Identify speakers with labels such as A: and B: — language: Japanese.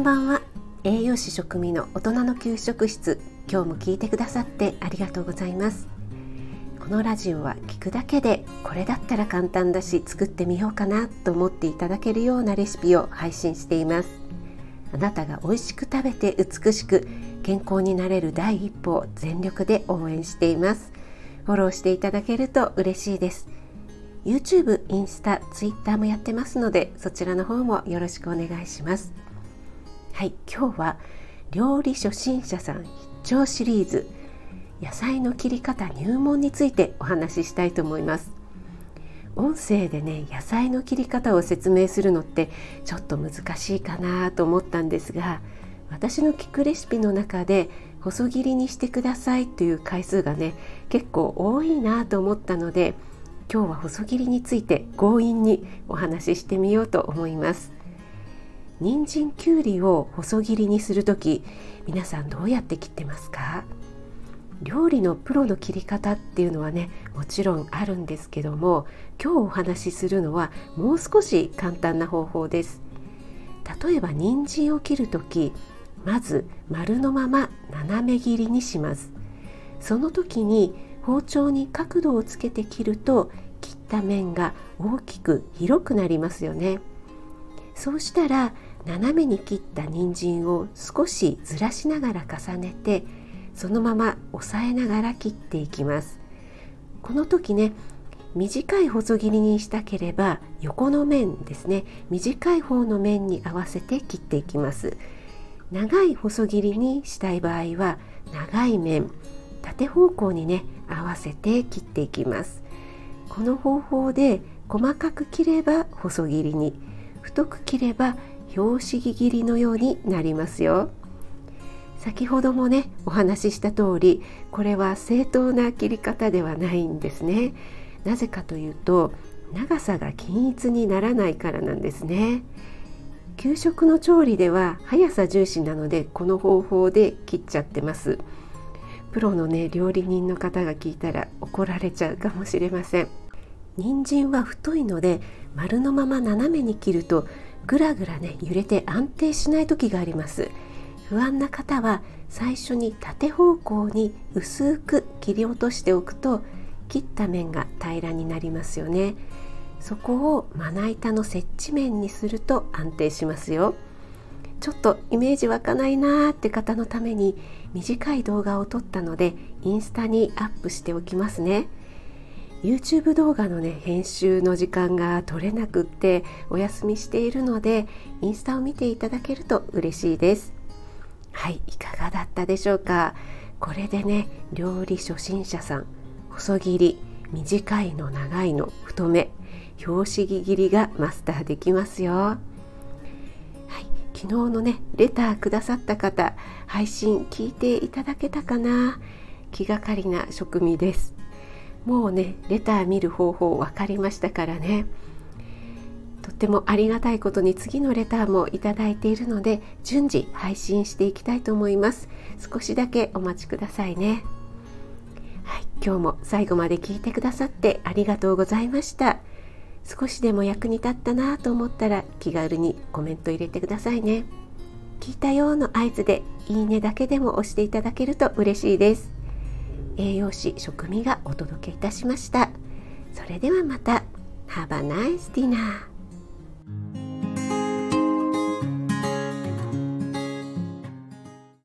A: んばんは。栄養士食味の大人の給食室、今日も聞いてくださってありがとうございます。このラジオは聞くだけでこれだったら簡単だし作ってみようかなと思っていただけるようなレシピを配信しています。あなたが美味しく食べて美しく健康になれる第一歩を全力で応援しています。フォローしていただけると嬉しいです。YouTube、インスタ、Twitter もやってますので、そちらの方もよろしくお願いします。はい、今日は料理初心者さん必聴シリーズ、野菜の切り方入門についてお話ししたいと思います。音声でね、野菜の切り方を説明するのってちょっと難しいかなと思ったんですが、私の聞くレシピの中で細切りにしてくださいという回数がね、結構多いなと思ったので、今日は細切りについて強引にお話ししてみようと思います。人参きゅうりを細切りにするとき、皆さんどうやって切ってますか？料理のプロの切り方っていうのはね、もちろんあるんですけども、今日お話しするのはもう少し簡単な方法です。例えば人参を切るとき、まず丸のまま斜め切りにします。その時に包丁に角度をつけて切ると、切った面が大きく広くなりますよね。そうしたら斜めに切った人参を少しずらしながら重ねて、そのまま押さえながら切っていきます。この時ね、短い細切りにしたければ横の面ですね、短い方の面に合わせて切っていきます。長い細切りにしたい場合は長い面、縦方向にね合わせて切っていきます。この方法で細かく切れば細切りに、太く切れば拍子木切りのようになりますよ。先ほどもねお話しした通り、これは正当な切り方ではないんですね。なぜかというと、長さが均一にならないからなんですね。給食の調理では速さ重視なので、この方法で切っちゃってます。プロのね料理人の方が聞いたら怒られちゃうかもしれません。人参は太いので、丸のまま斜めに切るとぐらぐらね揺れて安定しない時があります。不安な方は最初に縦方向に薄く切り落としておくと、切った面が平らになりますよね。そこをまな板の接地面にすると安定しますよ。ちょっとイメージ湧かないなーって方のために短い動画を撮ったので、インスタにアップしておきますね。YouTube 動画のね編集の時間が取れなくってお休みしているので、インスタを見ていただけると嬉しいです。はい、いかがだったでしょうか。これでね、料理初心者さん、細切り、短いの長いの太め、拍子木切りがマスターできますよ。はい、昨日のねレターくださった方、配信聞いていただけたかな。気がかりな食味です。もうねレター見る方法分かりましたからね。とってもありがたいことに次のレターもいただいているので、順次配信していきたいと思います。少しだけお待ちくださいね。はい、今日も最後まで聞いてくださってありがとうございました。少しでも役に立ったなと思ったら気軽にコメント入れてくださいね。聞いたよの合図でいいねだけでも押していただけると嬉しいです。栄養士食味がお届けいたしました。それではまた。Have a nice dinner.